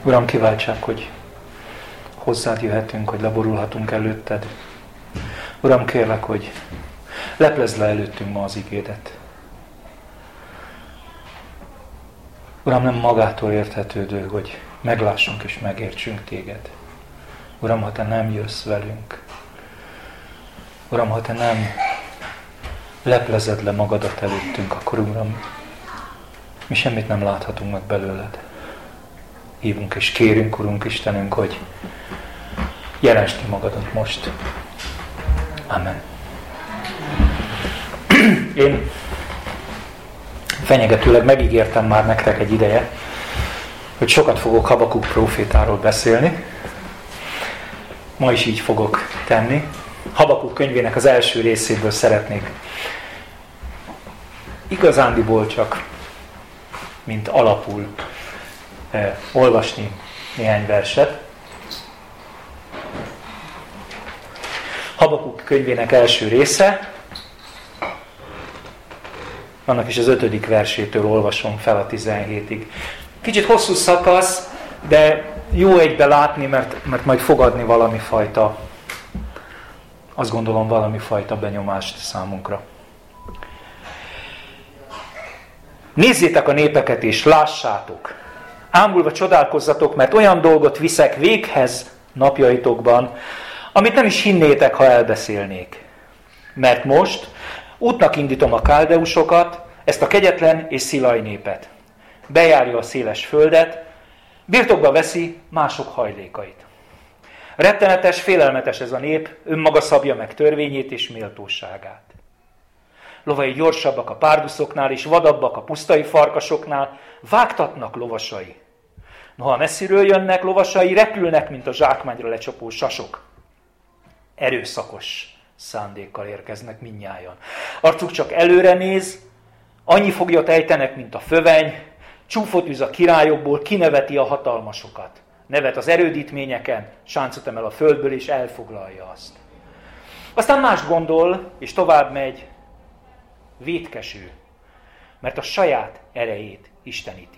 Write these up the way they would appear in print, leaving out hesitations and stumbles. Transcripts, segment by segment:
Uram, kiváltság, hogy hozzád jöhetünk, hogy leborulhatunk előtted. Uram, kérlek, hogy leplezd le előttünk ma az igédet. Uram, nem magától érthetődő, hogy meglássunk és megértsünk téged. Uram, ha te nem jössz velünk, Uram, ha te nem leplezed le magadat előttünk, akkor Uram, mi semmit nem láthatunk meg belőled. Hívunk és kérünk, Urunk Istenünk, hogy jelensd ki magadat most. Amen. Én fenyegetőleg megígértem már nektek egy ideje, hogy sokat fogok Habakuk prófétáról beszélni. Ma is így fogok tenni. Habakuk könyvének az első részéből szeretnék igazándiból csak, mint alapul olvasni néhány verset. Habakuk könyvének első része, annak is az 5. versétől olvasom fel a 17-ig. Kicsit hosszú szakasz, de jó egybe látni, mert majd fog adni valami fajta, azt gondolom, valami fajta benyomást számunkra. Nézzétek a népeket és lássátok! Ámulva csodálkozzatok, mert olyan dolgot viszek véghez napjaitokban, amit nem is hinnétek, ha elbeszélnék. Mert most útnak indítom a káldeusokat, ezt a kegyetlen és szilaj népet. Bejárja a széles földet, birtokba veszi mások hajlékait. Rettenetes, félelmetes ez a nép, önmaga szabja meg törvényét és méltóságát. Lovai gyorsabbak a párduszoknál, és vadabbak a pusztai farkasoknál, vágtatnak lovasai. Noha messziről jönnek, lovasai repülnek, mint a zsákmányra lecsapó sasok. Erőszakos szándékkal érkeznek mindnyájan. Arcuk csak előre néz, annyi foglyot ejtenek, mint a föveny, csúfot üz a királyokból, kineveti a hatalmasokat. Nevet az erődítményeken, sáncot emel a földből, és elfoglalja azt. Aztán más gondol, és tovább megy, vétkeső, mert a saját erejét isteníti.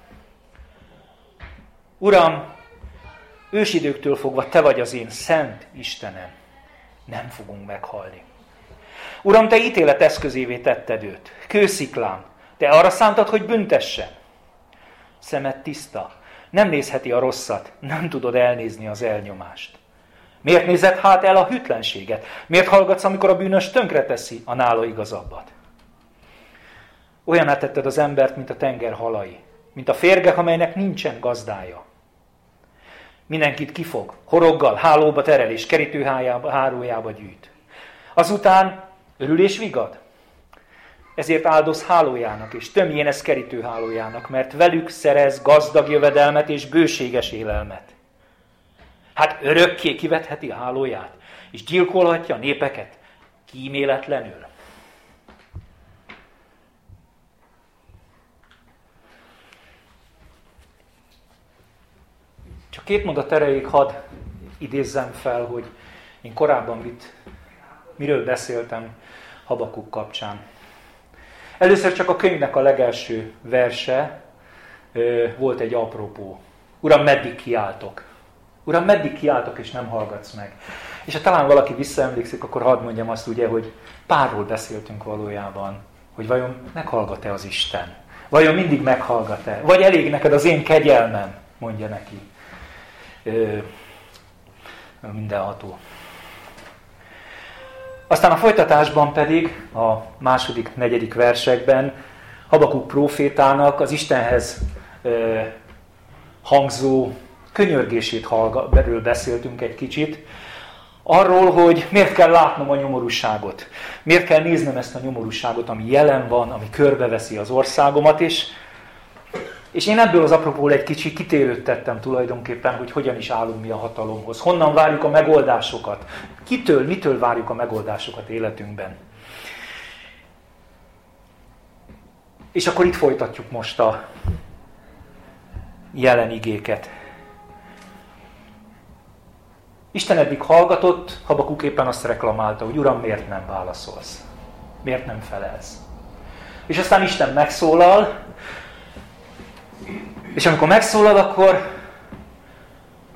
Uram, ősidőktől fogva te vagy az én szent Istenem, nem fogunk meghalni. Uram, te ítélet eszközévé tetted őt, kősziklán, te arra szántad, hogy büntessen. Szemed tiszta, nem nézheti a rosszat, nem tudod elnézni az elnyomást. Miért nézed hát el a hűtlenséget? Miért hallgatsz, amikor a bűnös tönkreteszi a nála igazabbat? Olyanná tetted az embert, mint a tenger halai, mint a férgek, amelynek nincsen gazdája. Mindenkit kifog, horoggal, hálóba terel és kerítőhálójába gyűjt. Azután örül és vigad. Ezért áldoz hálójának, és tömjén ez kerítőhálójának, mert velük szerez gazdag jövedelmet és bőséges élelmet. Hát örökké kivetheti a hálóját, és gyilkolhatja a népeket kíméletlenül. Csak 2 mondat erejéig hadd idézzem fel, hogy én korábban miről beszéltem Habakuk kapcsán. Először csak a könyvnek a legelső verse volt egy apropó. Uram, meddig kiáltok? Uram, meddig kiáltok, és nem hallgatsz meg? És ha talán valaki visszaemlékszik, akkor hadd mondjam azt ugye, hogy párról beszéltünk valójában, hogy vajon meghallgat-e az Isten? Vajon mindig meghallgat-e? Vagy elég neked az én kegyelmem? Mondja neki. Mindenható. Aztán a folytatásban pedig, a 2., 4. versekben Habakuk prófétának az Istenhez hangzó könyörgését belül beszéltünk egy kicsit. Arról, hogy miért kell látnom a nyomorúságot. Miért kell néznem ezt a nyomorúságot, ami jelen van, ami körbeveszi az országomat, és én ebből az apropóból egy kicsit kitérőt tettem tulajdonképpen, hogy hogyan is állunk mi a hatalomhoz. Honnan várjuk a megoldásokat? Mitől várjuk a megoldásokat életünkben? És akkor itt folytatjuk most a jelen igéket. Isten eddig hallgatott, Habakuk éppen azt reklamálta, hogy Uram, miért nem válaszolsz? Miért nem felelsz? És aztán Isten megszólal, és amikor megszólal, akkor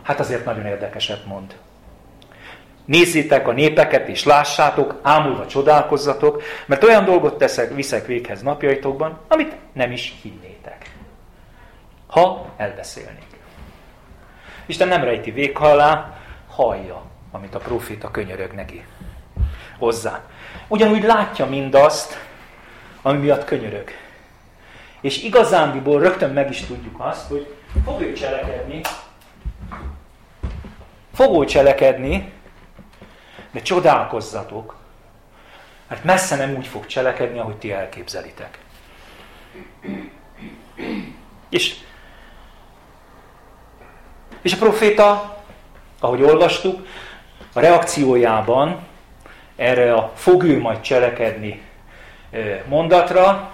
Hát azért nagyon érdekeset mond. Nézzétek a népeket, és lássátok, ámulva csodálkozzatok, mert olyan dolgot viszek véghez napjaitokban, amit nem is hinnétek, ha elbeszélnék. Isten nem rejti véka alá, hallja, amit a próféta könyörög neki hozzá. Ugyanúgy látja mindazt, ami miatt könyörög. És igazándiból rögtön meg is tudjuk azt, hogy fog ő cselekedni, de csodálkozzatok, mert messze nem úgy fog cselekedni, ahogy ti elképzelitek. És a proféta, ahogy olvastuk, a reakciójában erre a fog ő majd cselekedni mondatra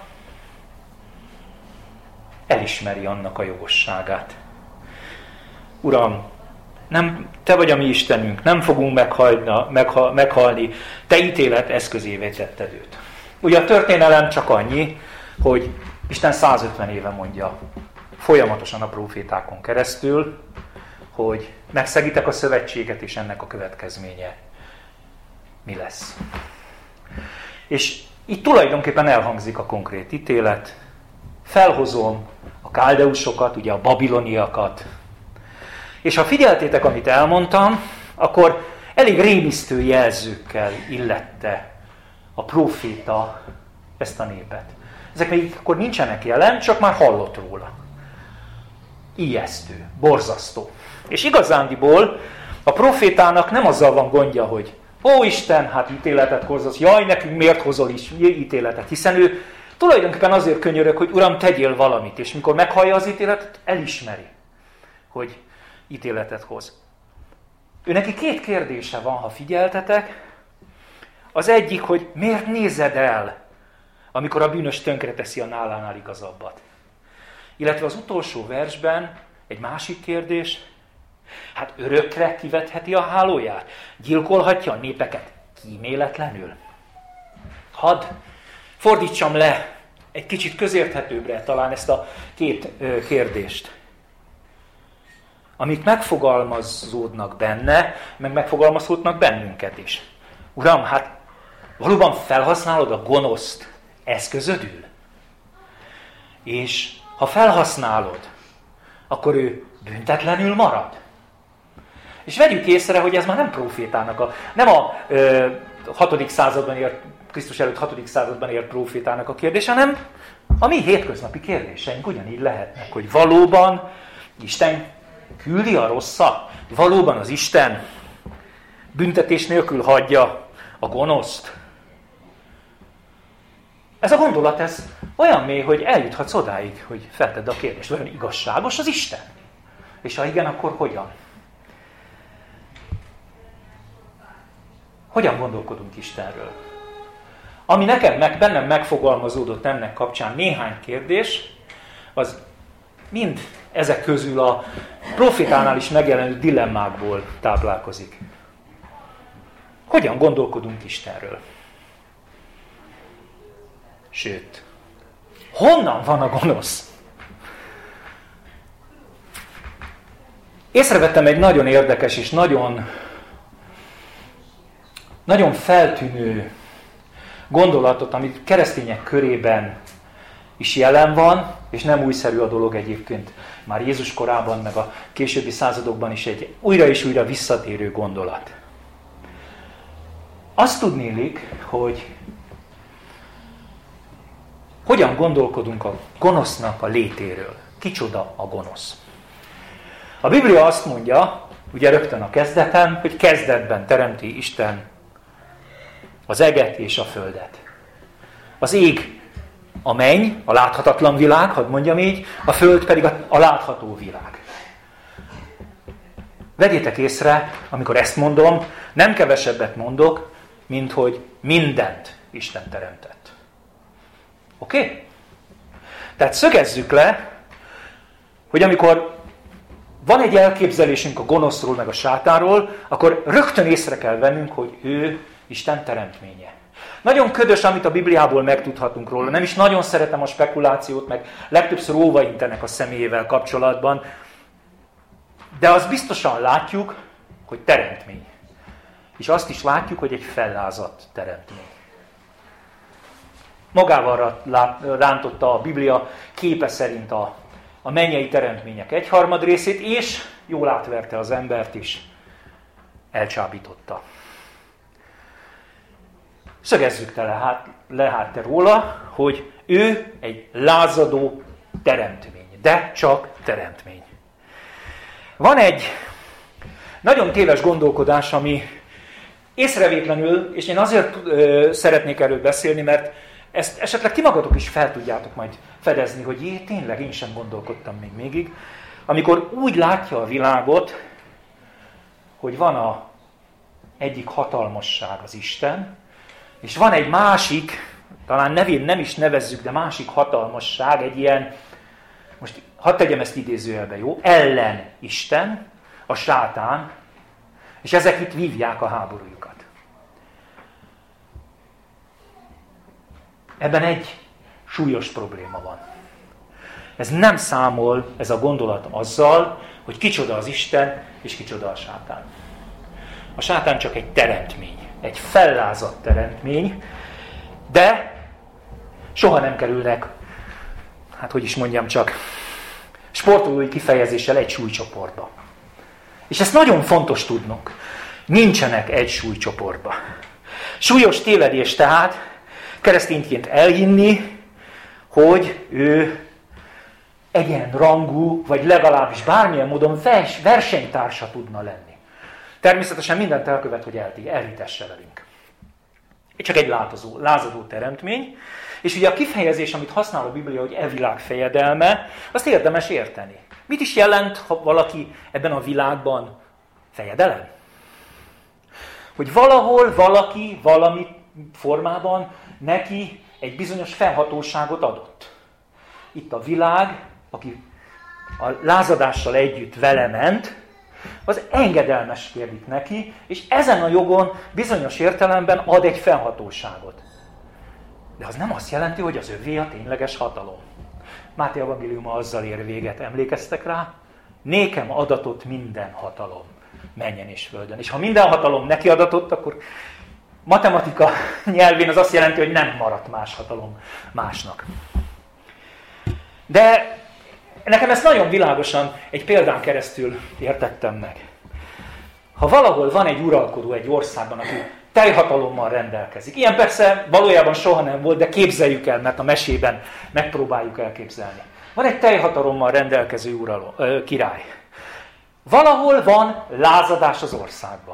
elismeri annak a jogosságát. Uram, nem, te vagy a mi Istenünk, nem fogunk meghalni, te ítélet eszközévé tetted őt. Ugye a történelem csak annyi, hogy Isten 150 éve mondja folyamatosan a prófétákon keresztül, hogy megszegitek a szövetséget, és ennek a következménye mi lesz. És itt tulajdonképpen elhangzik a konkrét ítélet. Felhozom a káldeusokat, ugye a babiloniakat. És ha figyeltétek, amit elmondtam, akkor elég rémisztő jelzőkkel illette a próféta ezt a népet. Ezek még akkor nincsenek jelen, csak már hallott róla. Ijesztő, borzasztó. És igazándiból a profétának nem azzal van gondja, hogy ó Isten, hát ítéletet hozzasz, jaj, nekünk miért hozol is ítéletet, hiszen ő tulajdonképpen azért könyörög, hogy Uram, tegyél valamit, és mikor meghallja az ítéletet, elismeri, hogy ítéletet hoz. Ő neki 2 kérdése van, ha figyeltetek. Az egyik, hogy miért nézed el, amikor a bűnös tönkreteszi a nálánál igazabbat. Illetve az utolsó versben egy másik kérdés, hát örökre kivetheti a hálóját? Gyilkolhatja a népeket kíméletlenül? Hadd fordítsam le egy kicsit közérthetőbbre talán ezt a 2 kérdést. Amik megfogalmazódnak benne, meg megfogalmazódnak bennünket is. Uram, hát valóban felhasználod a gonoszt eszközödül? És ha felhasználod, akkor ő büntetlenül marad? És vegyük észre, hogy ez már nem prófétának, nem a 6. században ért, Krisztus előtt 6. században ért prófétának a kérdés, hanem a mi hétköznapi kérdéseink ugyanígy lehetnek, hogy valóban Isten küldi a rosszat? Valóban az Isten büntetés nélkül hagyja a gonoszt? Ez a gondolat, ez olyan mély, hogy eljuthatsz odáig, hogy feltedd a kérdést, olyan igazságos az Isten? És ha igen, akkor hogyan? Hogyan gondolkodunk Istenről? Ami bennem megfogalmazódott ennek kapcsán néhány kérdés, az mind ezek közül a profétánál is megjelenő dilemmákból táplálkozik. Hogyan gondolkodunk Istenről? Sőt, honnan van a gonosz? Észrevettem egy nagyon érdekes és nagyon feltűnő gondolatot, amit keresztények körében is jelen van, és nem újszerű a dolog egyébként. Már Jézus korában, meg a későbbi századokban is egy újra és újra visszatérő gondolat. Azt tudnélik, hogy hogyan gondolkodunk a gonosznak a létéről. Kicsoda a gonosz? A Biblia azt mondja, ugye rögtön a kezdeten, hogy kezdetben teremti Isten az eget és a földet. Az ég a menny, a láthatatlan világ, hadd mondjam így, a föld pedig a látható világ. Vegyétek észre, amikor ezt mondom, nem kevesebbet mondok, mint hogy mindent Isten teremtett. Oké? Tehát szögezzük le, hogy amikor van egy elképzelésünk a gonoszról, meg a sátánról, akkor rögtön észre kell vennünk, hogy ő Isten teremtménye. Nagyon ködös, amit a Bibliából megtudhatunk róla. Nem is nagyon szeretem a spekulációt, meg legtöbbször óvaintenek a személyével kapcsolatban. De azt biztosan látjuk, hogy teremtmény. És azt is látjuk, hogy egy fellázadt teremtmény. Magával rántotta a Biblia képe szerint a mennyei teremtmények 1/3 részét, és jól átverte az embert is, elcsábította. Szögezzük le hát te róla, hogy ő egy lázadó teremtmény, de csak teremtmény. Van egy nagyon téves gondolkodás, ami észrevétlenül, és én azért szeretnék erről beszélni, mert ezt esetleg ti magatok is fel tudjátok majd fedezni, hogy tényleg én sem gondolkodtam még végig, amikor úgy látja a világot, hogy van egyik hatalmasság az Isten, és van egy másik, talán nevén nem is nevezzük, de másik hatalmasság, egy ilyen, most hadd tegyem ezt idézőjelbe, jó? Ellen Isten, a sátán, és ezek itt vívják a háborújukat. Ebben egy súlyos probléma van. Ez nem számol, ez a gondolat azzal, hogy kicsoda az Isten, és kicsoda a sátán. A sátán csak egy teremtmény, egy fellázadt teremtmény, de soha nem kerülnek, hogy is mondjam csak, sportolói kifejezéssel egy súlycsoportba. És ezt nagyon fontos tudnunk. Nincsenek egy súlycsoportba. Súlyos tévedés tehát keresztényként elhinni, hogy ő egyenrangú, vagy legalábbis bármilyen módon versenytársa tudna lenni. Természetesen mindent elkövet, hogy elhitesse velünk. Csak egy lázadó teremtmény, és ugye a kifejezés, amit használ a Biblia, hogy világ fejedelme, azt érdemes érteni. Mit is jelent, ha valaki ebben a világban fejedelem? Hogy valahol valaki valami formában neki egy bizonyos felhatóságot adott. Itt a világ, aki a lázadással együtt vele ment, az engedelmeskedik neki, és ezen a jogon bizonyos értelemben ad egy felhatóságot. De az nem azt jelenti, hogy az övé a tényleges hatalom. Máté evangéliuma azzal ér véget, emlékeztek rá? Nékem adatott minden hatalom, mennyen és földön. És ha minden hatalom neki adatott, akkor matematika nyelvén az azt jelenti, hogy nem maradt más hatalom másnak. De nekem ezt nagyon világosan egy példán keresztül értettem meg. Ha valahol van egy uralkodó egy országban, aki teljhatalommal rendelkezik. Ilyen persze valójában soha nem volt, de képzeljük el, mert a mesében megpróbáljuk elképzelni. Van egy teljhatalommal rendelkező király. Valahol van lázadás az országban.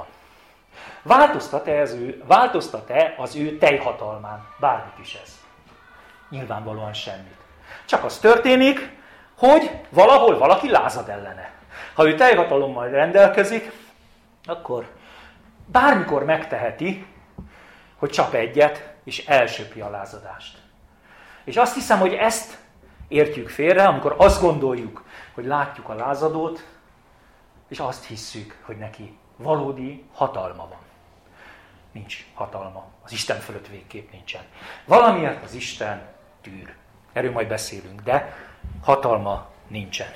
Változtat-e az ő teljhatalmán bármit is ez? Nyilvánvalóan semmit. Csak az történik, hogy valahol valaki lázad ellene. Ha ő teljhatalommal rendelkezik, akkor bármikor megteheti, hogy csap egyet, és elsöpri a lázadást. És azt hiszem, hogy ezt értjük félre, amikor azt gondoljuk, hogy látjuk a lázadót, és azt hisszük, hogy neki valódi hatalma van. Nincs hatalma. Az Isten fölött végképp nincsen. Valamiért az Isten tűr. Erről majd beszélünk, de hatalma nincsen.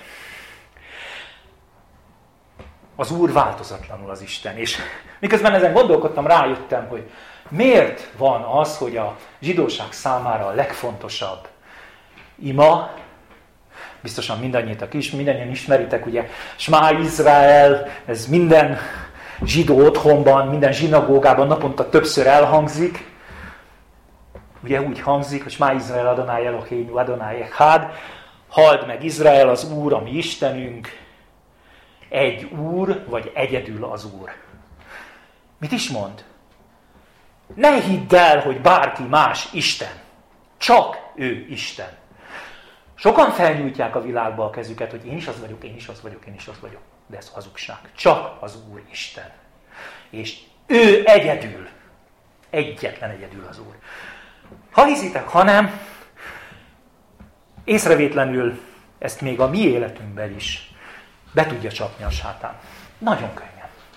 Az Úr változatlanul az Isten. És miközben ezen gondolkodtam, rájöttem, hogy miért van az, hogy a zsidóság számára a legfontosabb ima, biztosan mindannyian ismeritek, ugye, Smá Izrael, ez minden zsidó otthonban, minden zsinagógában naponta többször elhangzik. Ugye úgy hangzik, hogy Smá Izrael Adonai Eloheinu Adonai Echad, halld meg Izrael, az Úr, a mi Istenünk, egy Úr, vagy egyedül az Úr. Mit is mond? Ne hidd el, hogy bárki más Isten. Csak ő Isten. Sokan felnyújtják a világba a kezüket, hogy én is az vagyok, én is az vagyok, én is az vagyok. De ez hazugság. Csak az Úr Isten. És ő egyedül. Egyetlen egyedül az Úr. Ha hiszitek, ha nem, észrevétlenül ezt még a mi életünkben is be tudja csapni a sátán. Nagyon könnyen.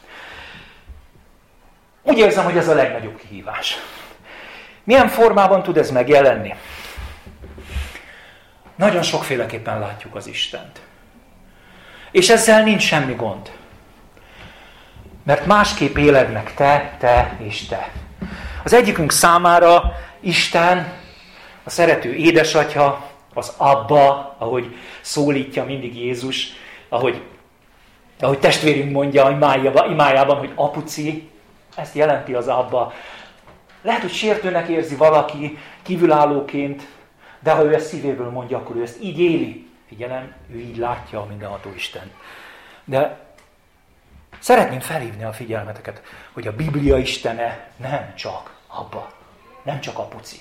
Úgy érzem, hogy ez a legnagyobb kihívás. Milyen formában tud ez megjelenni? Nagyon sokféleképpen látjuk az Istent. És ezzel nincs semmi gond. Mert másképp éled meg te és te. Az egyikünk számára Isten, a szerető édesatya, az Abba, ahogy szólítja mindig Jézus, ahogy testvérünk mondja imájában, hogy apuci, ezt jelenti az Abba. Lehet, hogy sértőnek érzi valaki, kívülállóként, de ha ő ezt szívéből mondja, akkor ő ezt így éli. Figyelem, ő így látja a mindenható Isten. De szeretném felhívni a figyelmeteket, hogy a Biblia Istene nem csak Abba, nem csak apuci.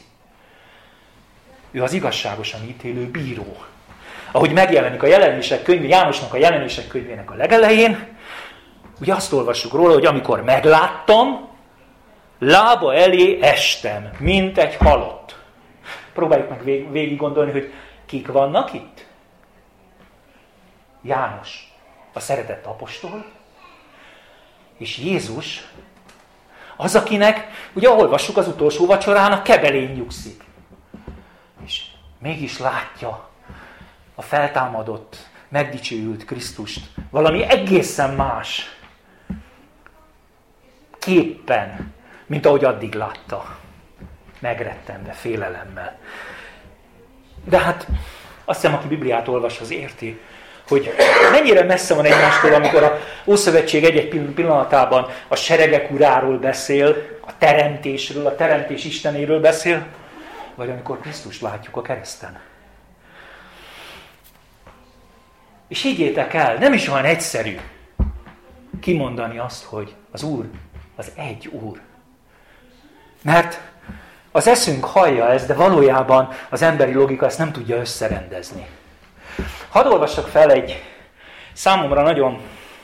Ő az igazságosan ítélő bíró. Ahogy megjelenik a jelenések könyve, Jánosnak a jelenések könyvének a legelején, ugye azt olvassuk róla, hogy amikor megláttam, lába elé estem, mint egy halott. Próbáljuk meg végig gondolni, hogy kik vannak itt. János, a szeretett apostol, és Jézus, az, akinek, ugye olvassuk az utolsó vacsorán, a kebelén nyugszik. És mégis látja a feltámadott, megdicsőült Krisztust valami egészen más képpen, mint ahogy addig látta. Megrettenve, félelemmel. De hát azt hiszem, aki Bibliát olvas, az érti, hogy mennyire messze van egymástól, amikor a Ószövetség egy-egy pillanatában a seregek uráról beszél, a teremtésről, a teremtés Istenéről beszél, vagy amikor Krisztust látjuk a kereszten. És higgyétek el, nem is olyan egyszerű kimondani azt, hogy az Úr, az egy Úr. Mert az eszünk hallja ezt, de valójában az emberi logika ezt nem tudja összerendezni. Hadd olvassak fel egy számomra nagyon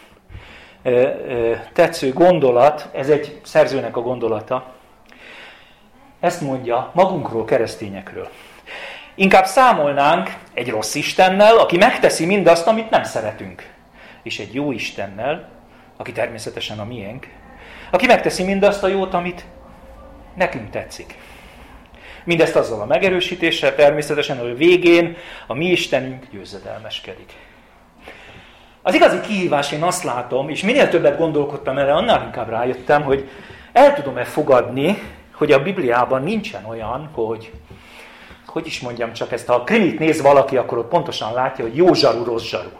tetsző gondolat, ez egy szerzőnek a gondolata. Ezt mondja magunkról, keresztényekről. Inkább számolnánk egy rossz Istennel, aki megteszi mindazt, amit nem szeretünk. És egy jó Istennel, aki természetesen a miénk, aki megteszi mindazt a jót, amit nekünk tetszik. Mindezt azzal a megerősítéssel természetesen, hogy végén a mi Istenünk győzedelmeskedik. Az igazi kihívás, én azt látom, és minél többet gondolkodtam erre, annál inkább rájöttem, hogy el tudom-e fogadni, hogy a Bibliában nincsen olyan, hogy is mondjam csak ezt, ha a krimit néz valaki, akkor ott pontosan látja, hogy jó zsaru, rossz zsaru.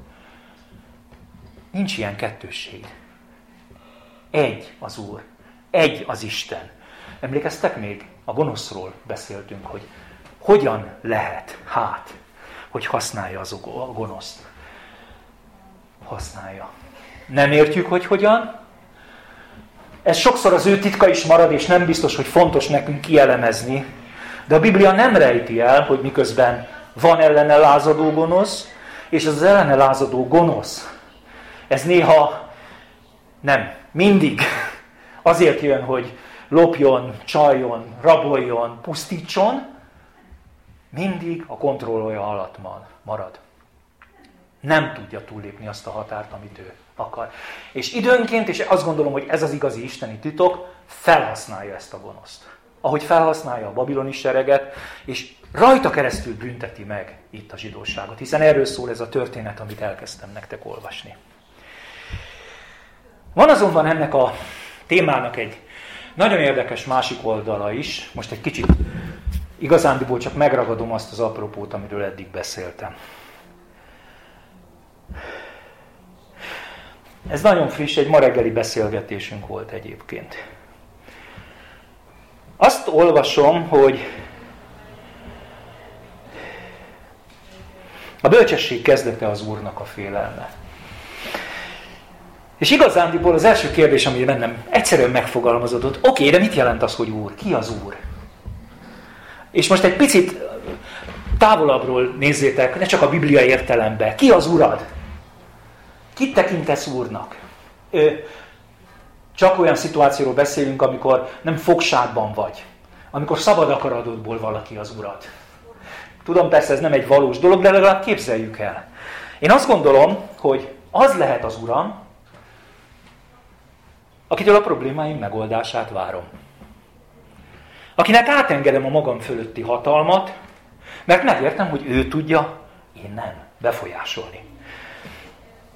Nincs ilyen kettősség. Egy az Úr, egy az Isten. Emlékeztek még? A gonoszról beszéltünk, hogy hogyan lehet, hogy használja a gonoszt. Használja. Nem értjük, hogy hogyan. Ez sokszor az ő titka is marad, és nem biztos, hogy fontos nekünk kielemezni. De a Biblia nem rejti el, hogy miközben van ellene lázadó gonosz, és az ellene lázadó gonosz, ez néha nem, mindig azért jön, hogy lopjon, csaljon, raboljon, pusztítson, mindig a kontrollja alatt marad. Nem tudja túllépni azt a határt, amit ő akar. És időnként, és azt gondolom, hogy ez az igazi isteni titok, felhasználja ezt a gonoszt. Ahogy felhasználja a babiloni sereget, és rajta keresztül bünteti meg itt a zsidóságot. Hiszen erről szól ez a történet, amit elkezdtem nektek olvasni. Van azonban ennek a témának egy nagyon érdekes másik oldala is. Most egy kicsit igazándiból csak megragadom azt az apropót, amiről eddig beszéltem. Ez nagyon friss, egy ma reggeli beszélgetésünk volt egyébként. Azt olvasom, hogy a bölcsesség kezdete az Úrnak a félelme. És igazándiból az első kérdés, ami bennem egyszerűen megfogalmazódott, oké, de mit jelent az, hogy Úr? Ki az Úr? És most egy picit távolabbról nézzétek, ne csak a Biblia értelembe. Ki az Urad? Kit tekintesz Úrnak? Csak olyan szituációról beszélünk, amikor nem fogságban vagy. Amikor szabad akaratodból valaki az Urad. Tudom, persze ez nem egy valós dolog, de legalább képzeljük el. Én azt gondolom, hogy az lehet az Uram, akitől a problémáim megoldását várom. Akinek átengedem a magam fölötti hatalmat, mert megértem, hogy ő tudja, én nem befolyásolni.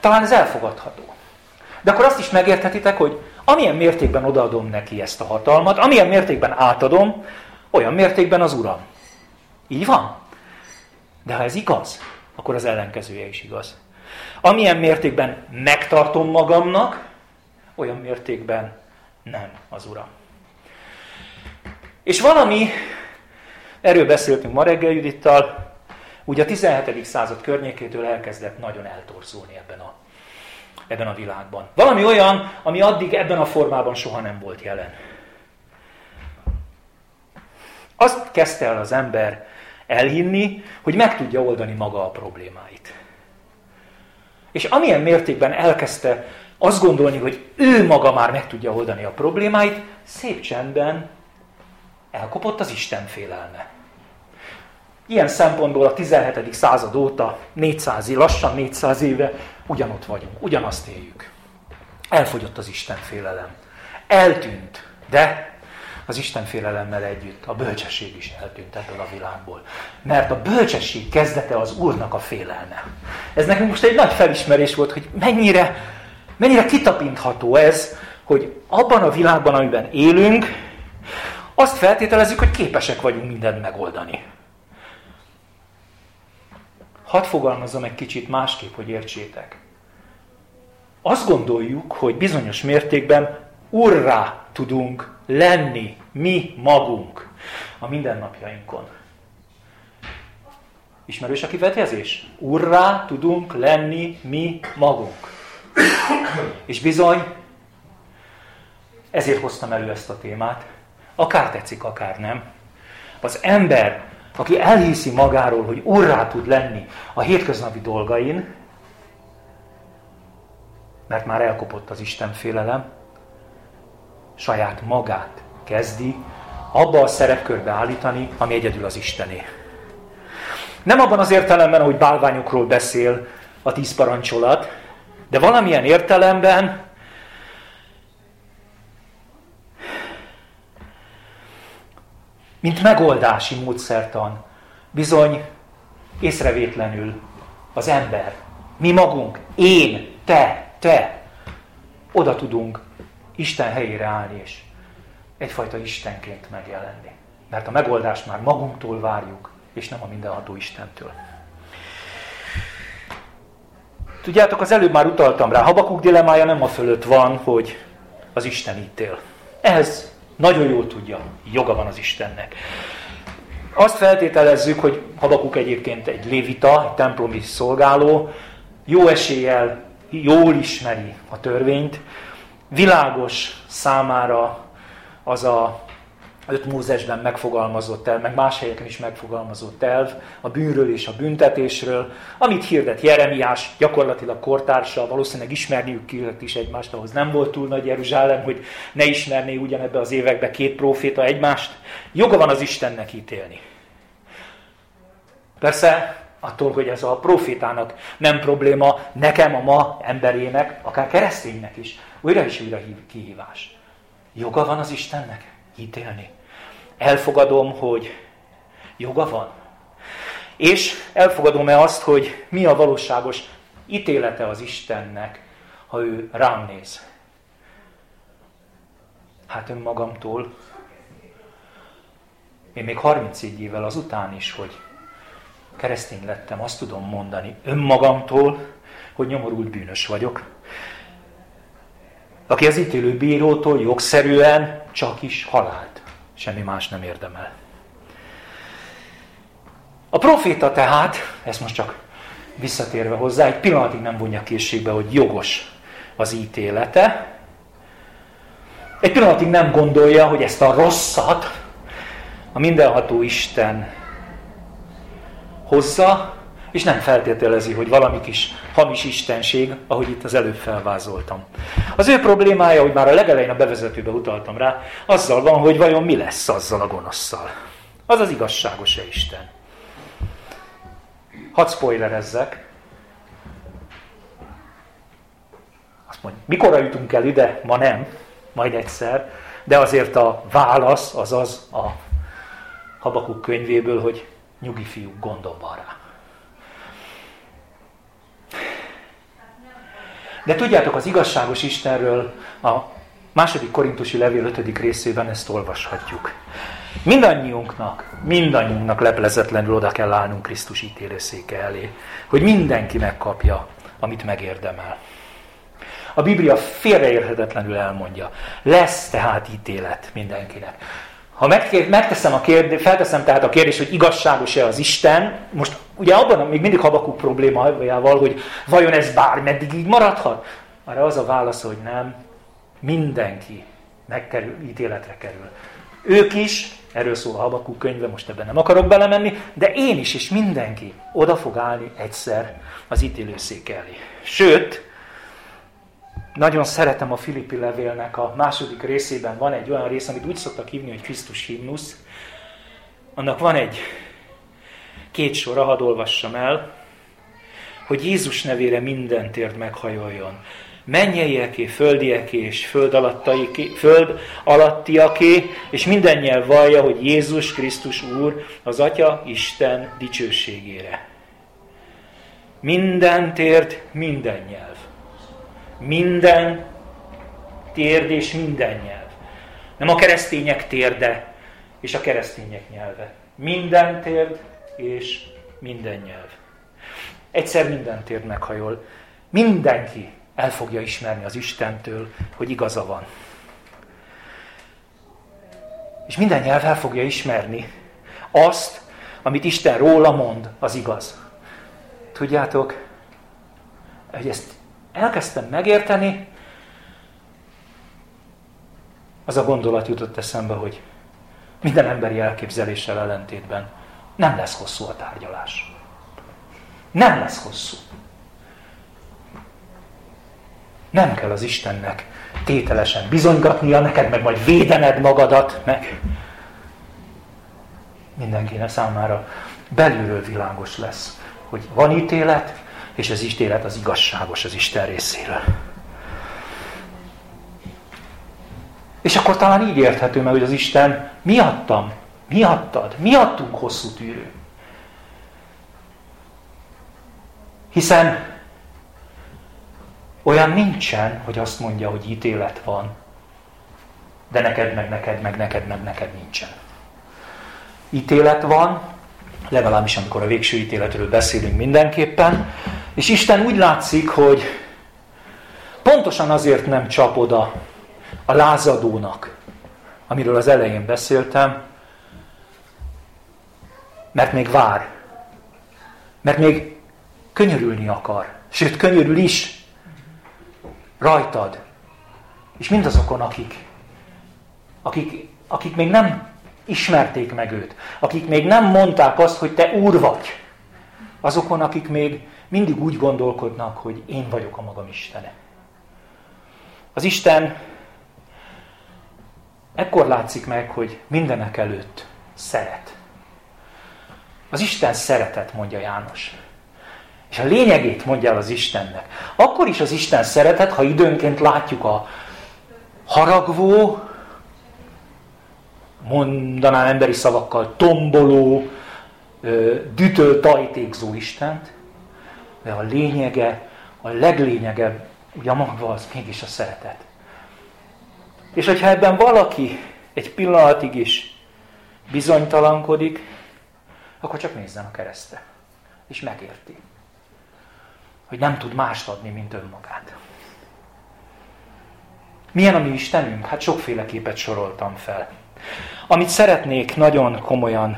Talán ez elfogadható. De akkor azt is megérthetitek, hogy amilyen mértékben odaadom neki ezt a hatalmat, amilyen mértékben átadom, olyan mértékben az Uram. Így van? De ha ez igaz, akkor az ellenkezője is igaz. Amilyen mértékben megtartom magamnak, olyan mértékben nem az Uram. És valami, erről beszéltünk ma reggel Judittal, ugye a 17. század környékétől elkezdett nagyon eltorzulni ebben a világban. Valami olyan, ami addig ebben a formában soha nem volt jelen. Azt kezdte el az ember elhinni, hogy meg tudja oldani maga a problémáit. És amilyen mértékben elkezdte azt gondolni, hogy ő maga már meg tudja oldani a problémáit, szép csendben elkopott az Isten félelme. Ilyen szempontból a 17. század óta, lassan 400 éve ugyanott vagyunk, ugyanazt éljük. Elfogyott az Isten félelem. Eltűnt, de az Isten félelemmel együtt a bölcsesség is eltűnt ebből a világból. Mert a bölcsesség kezdete az Úrnak a félelme. Ez nekünk most egy nagy felismerés volt, hogy mennyire kitapintható ez, hogy abban a világban, amiben élünk, azt feltételezzük, hogy képesek vagyunk mindent megoldani. Hadd fogalmazom egy kicsit másképp, hogy értsétek. Azt gondoljuk, hogy bizonyos mértékben urrá tudunk lenni mi magunk a mindennapjainkon. Ismerős a kifejezés? Urrá tudunk lenni mi magunk. És bizony, ezért hoztam elő ezt a témát, akár tetszik, akár nem. Az ember, aki elhiszi magáról, hogy urrá tud lenni a hétköznapi dolgain, mert már elkopott az Isten félelem, saját magát kezdi abba a szerepkörbe állítani, ami egyedül az Istené. Nem abban az értelemben, hogy bálványokról beszél a 10 parancsolat, de valamilyen értelemben mint megoldási módszertan, bizony észrevétlenül az ember, mi magunk, én, te, oda tudunk Isten helyére állni, és egyfajta Istenként megjelenni. Mert a megoldást már magunktól várjuk, és nem a mindenható Istentől. Tudjátok, az előbb már utaltam rá, Habakuk dilemmája nem a fölött van, hogy az Isten ítél. Ez nagyon jól tudja, joga van az Istennek. Azt feltételezzük, hogy Habakuk egyébként egy lévita, egy templomi szolgáló, jó eséllyel jól ismeri a törvényt, világos számára az a 5 Mózesben megfogalmazott elv, meg más helyeken is megfogalmazott elv a bűnről és a büntetésről, amit hirdet Jeremiás, gyakorlatilag kortársa, valószínűleg ismerniük kellett is egymást, ahhoz nem volt túl nagy Jeruzsálem, hogy ne ismerné ugyanebben az években 2 próféta egymást. Joga van az Istennek ítélni. Persze, attól, hogy ez a profétának nem probléma, nekem, a ma emberének, akár kereszténynek is, újra és újra kihívás. Joga van az Istennek ítélni. Elfogadom, hogy joga van. És elfogadom-e azt, hogy mi a valóságos ítélete az Istennek, ha ő rám néz? Hát önmagamtól, én még 34 évvel azután is, hogy keresztény lettem, azt tudom mondani önmagamtól, hogy nyomorult bűnös vagyok, aki az ítélő bírótól jogszerűen csak is halált, semmi más nem érdemel. A proféta tehát, ezt most csak visszatérve hozzá, egy pillanatig nem vonja készségbe, hogy jogos az ítélete. Egy pillanatig nem gondolja, hogy ezt a rosszat a mindenható Isten hozza, és nem feltételezi, hogy valami kis hamis istenség, ahogy itt az előbb felvázoltam. Az ő problémája, hogy már a legelején a bevezetőben utaltam rá, azzal van, hogy vajon mi lesz azzal a gonoszszal. Az az igazságos-e Isten? Hadd spoilerezzek. Azt mondja, mikorra jutunk el ide? Ma nem, majd egyszer. De azért a válasz az a Habakuk könyvéből, hogy nyugi fiúk, gondom van rá. De tudjátok, az igazságos Istenről a 2. Korintusi levél 5. részében ezt olvashatjuk. Mindannyiunknak leplezetlenül oda kell állnunk Krisztus ítélőszéke elé, hogy mindenki megkapja, amit megérdemel. A Biblia félreérthetetlenül elmondja, lesz tehát ítélet mindenkinek. Ha felteszem tehát a kérdést, hogy igazságos-e az Isten, most ugye abban még mindig Habakuk problémájával, hogy vajon ez bármeddig így maradhat? Arra az a válasz, hogy nem, mindenki ítéletre kerül. Ők is, erről szól a Habakuk könyve, most ebben nem akarok belemenni, de én is, és mindenki oda fog állni egyszer az ítélőszék elé. Sőt, nagyon szeretem a Filippi levélnek a 2. részében van egy olyan rész, amit úgy szoktak hívni, hogy Krisztus himnusz. Annak van egy 2 sora, hadd olvassam el, hogy Jézus nevére minden térd meghajoljon. Mennyeieké, földieké és föld alattiaké, és minden nyelv vallja, hogy Jézus Krisztus Úr az Atya Isten dicsőségére. Minden térd, minden nyelv. Minden térd és minden nyelv. Nem a keresztények térde és a keresztények nyelve. Minden térd és minden nyelv. Egyszer minden térd meghajol. Mindenki el fogja ismerni az Istentől, hogy igaza van. És minden nyelv el fogja ismerni azt, amit Isten róla mond, az igaz. Tudjátok, hogy ezt elkezdtem megérteni, az a gondolat jutott eszembe, hogy minden emberi elképzeléssel ellentétben nem lesz hosszú a tárgyalás. Nem lesz hosszú. Nem kell az Istennek tételesen bizonygatnia, neked meg majd védened magadat, meg mindenkinek számára belülről világos lesz, hogy van ítélet, és az ítélet az igazságos az Isten részéről. És akkor talán így érthető meg, hogy az Isten miattunk hosszú tűrő. Hiszen olyan nincsen, hogy azt mondja, hogy ítélet van, de neked meg nincsen. Ítélet van, legalábbis amikor a végső ítéletről beszélünk mindenképpen, és Isten úgy látszik, hogy pontosan azért nem csap oda a lázadónak, amiről az elején beszéltem, mert még vár, mert még könyörülni akar, sőt könyörül is rajtad, és mindazokon, akik még nem ismerték meg őt, akik még nem mondták azt, hogy te Úr vagy, azokon, akik még mindig úgy gondolkodnak, hogy én vagyok a magam Istene. Az Isten ekkor látszik meg, hogy mindenek előtt szeret. Az Isten szeretet, mondja János. És a lényegét mondja el az Istennek. Akkor is az Isten szeretet, ha időnként látjuk a haragvó, mondanám emberi szavakkal, tomboló, dütöl, tajtékzó Istent, de a lényege, a leglényegebb, ugye maga az mégis a szeretet. És hogyha ebben valaki egy pillanatig is bizonytalankodik, akkor csak nézzen a keresztre, és megérti, hogy nem tud mást adni, mint önmagát. Milyen a mi Istenünk? Hát sokféle képet soroltam fel. Amit szeretnék nagyon komolyan,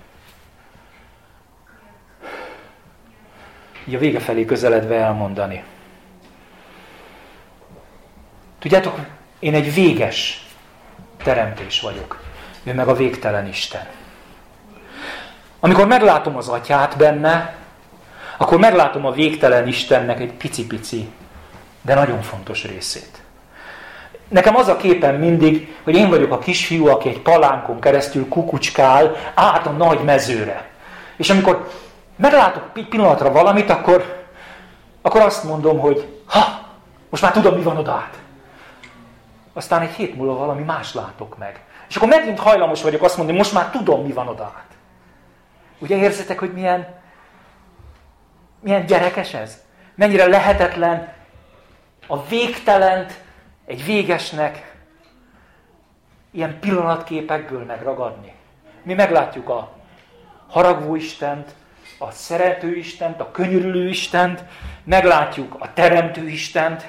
így a vége felé közeledve elmondani. Tudjátok, én egy véges teremtés vagyok. Ő meg a végtelen Isten. Amikor meglátom az Atyát benne, akkor meglátom a végtelen Istennek egy pici-pici, de nagyon fontos részét. Nekem az a képem mindig, hogy én vagyok a kisfiú, aki egy palánkon keresztül kukucskál át a nagy mezőre. És amikor meglátok pillanatra valamit, akkor azt mondom, hogy most már tudom, mi van oda át. Aztán egy hét múlva valami más látok meg. És akkor megint hajlamos vagyok azt mondani, most már tudom, mi van oda át. Ugye érzitek, hogy milyen gyerekes ez? Mennyire lehetetlen a végtelent egy végesnek ilyen pillanatképekből megragadni. Mi meglátjuk a haragvó Istent, a szerető Istent, a könyörülő Istent, meglátjuk a teremtő Istent,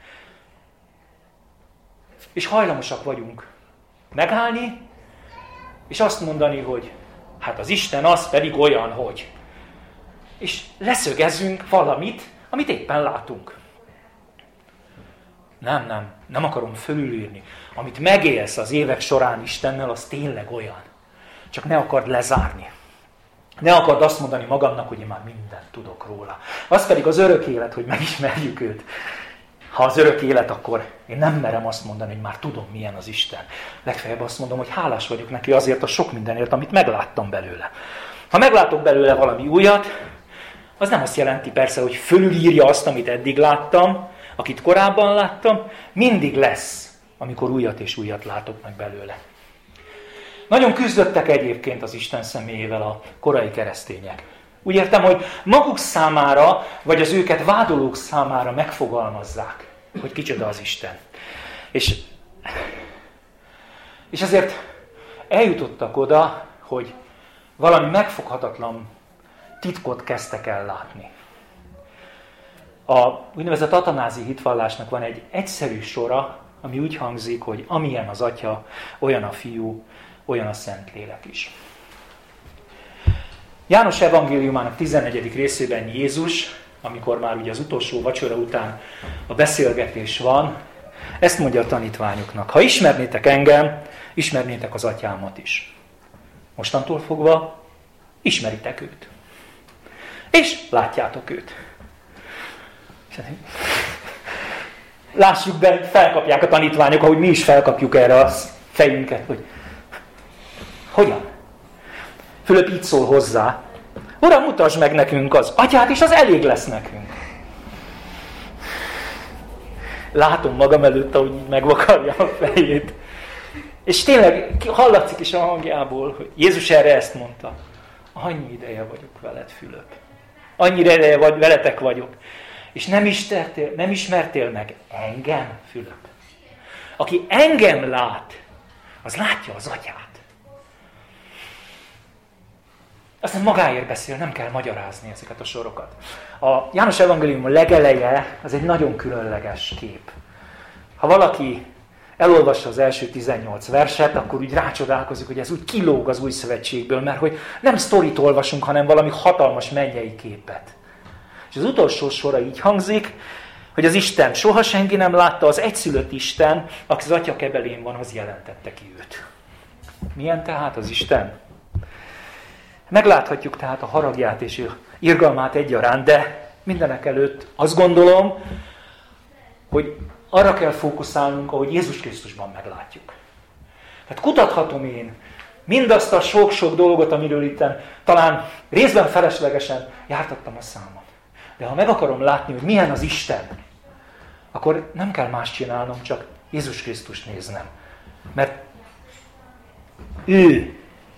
és hajlamosak vagyunk megállni, és azt mondani, hogy hát az Isten az pedig olyan, hogy. És leszögezzünk valamit, amit éppen látunk. Nem akarom fölülírni. Amit megélsz az évek során Istennel, az tényleg olyan. Csak ne akard lezárni. Ne akard azt mondani magamnak, hogy én már mindent tudok róla. Az pedig az örök élet, hogy megismerjük őt. Ha az örök élet, akkor én nem merem azt mondani, hogy már tudom, milyen az Isten. Legfeljebb azt mondom, hogy hálás vagyok neki azért a sok mindenért, amit megláttam belőle. Ha meglátok belőle valami újat, az nem azt jelenti persze, hogy fölülírja azt, amit eddig láttam, akit korábban láttam, mindig lesz, amikor újat és újat látok meg belőle. Nagyon küzdöttek egyébként az Isten személyével a korai keresztények. Úgy értem, hogy maguk számára, vagy az őket vádolók számára megfogalmazzák, hogy kicsoda az Isten. És ezért eljutottak oda, hogy valami megfoghatatlan titkot kezdtek el látni. A úgynevezett atanázi hitvallásnak van egy egyszerű sora, ami úgy hangzik, hogy amilyen az Atya, olyan a Fiú, olyan a Szentlélek is. János evangéliumának 14. részében Jézus, amikor már ugye az utolsó vacsora után a beszélgetés van, ezt mondja a tanítványoknak: ha ismernétek engem, ismernétek az Atyámat is. Mostantól fogva ismeritek őt. És látjátok őt. Lássuk be, felkapják a tanítványok, ahogy mi is felkapjuk erre a fejünket, hogy hogyan? Fülöp így szól hozzá: Uram, mutasd meg nekünk az Atyát, és az elég lesz nekünk. Látom magam előtt, ahogy így megvakarja a fejét. És tényleg hallatszik is a hangjából, hogy Jézus erre ezt mondta: annyi ideje vagyok veled, Fülöp. Annyira ideje veletek vagyok. És nem ismertél meg engem, Fülöp. Aki engem lát, az látja az Atyát. Aztán magáért beszél, nem kell magyarázni ezeket a sorokat. A János evangélium legeleje az egy nagyon különleges kép. Ha valaki elolvassa az első 18 verset, akkor úgy rácsodálkozik, hogy ez úgy kilóg az új szövetségből, mert hogy nem sztorit olvasunk, hanem valami hatalmas mennyei képet. És az utolsó sora így hangzik, hogy az Isten soha senki nem látta, az egyszülött Isten, aki az Atya kebelén van, az jelentette ki őt. Milyen tehát az Isten? Megláthatjuk tehát a haragját és irgalmát egyaránt, de mindenek előtt azt gondolom, hogy arra kell fókuszálnunk, ahogy Jézus Krisztusban meglátjuk. Tehát kutathatom én mindazt a sok-sok dolgot, amiről itt talán részben feleslegesen jártattam a számot. De ha meg akarom látni, hogy milyen az Isten, akkor nem kell más csinálnom, csak Jézus Krisztust néznem. Mert ő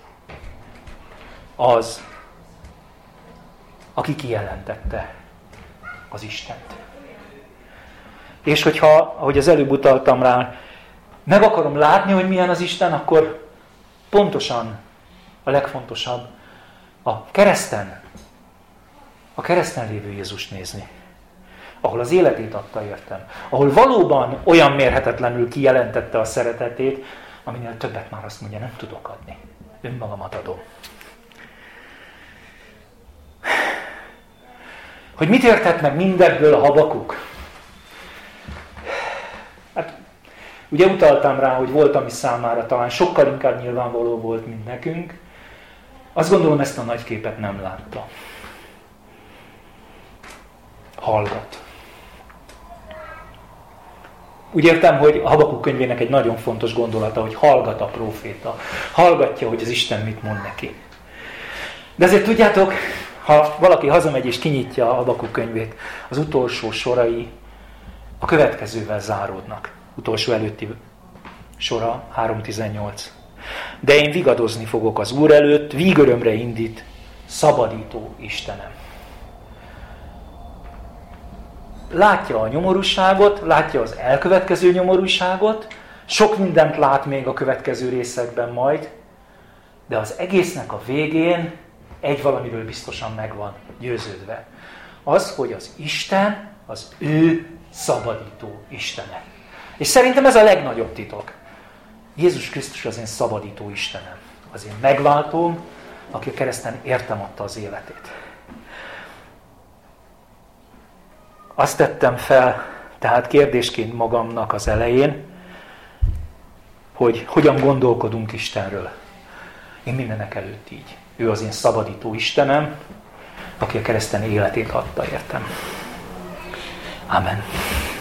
az, aki kijelentette az Istent. És hogyha, ahogy az előbb utaltam rá, meg akarom látni, hogy milyen az Isten, akkor pontosan a legfontosabb a kereszten lévő Jézust nézni. Ahol az életét adta értem. Ahol valóban olyan mérhetetlenül kijelentette a szeretetét, aminél többet már azt mondja, nem tudok adni. Önmagamat adom. Hogy mit értett meg mindebből a Habakuk? Hát, ugye utaltam rá, hogy volt, ami számára talán sokkal inkább nyilvánvaló volt, mint nekünk. Azt gondolom, ezt a nagy képet nem látta. Hallgat. Úgy értem, hogy a Habakuk könyvének egy nagyon fontos gondolata, hogy hallgat a próféta. Hallgatja, hogy az Isten mit mond neki. De azért tudjátok, ha valaki hazamegy és kinyitja a Habakuk könyvét, az utolsó sorai a következővel záródnak. Utolsó előtti sora, 3.18. De én vigadozni fogok az Úr előtt, vígörömre indít, szabadító Istenem. látja a nyomorúságot, látja az elkövetkező nyomorúságot, sok mindent lát még a következő részekben majd, de az egésznek a végén egy valamiről biztosan meg van győződve. Az, hogy az Isten az ő szabadító Istene. És szerintem ez a legnagyobb titok. Jézus Krisztus az én szabadító Istenem. Az én megváltóm, aki a kereszten értem adta az életét. Azt tettem fel, tehát kérdésként magamnak az elején, hogy hogyan gondolkodunk Istenről. Én mindenek előtt így. Ő az én szabadító Istenem, aki a kereszten életét adta értem. Amen.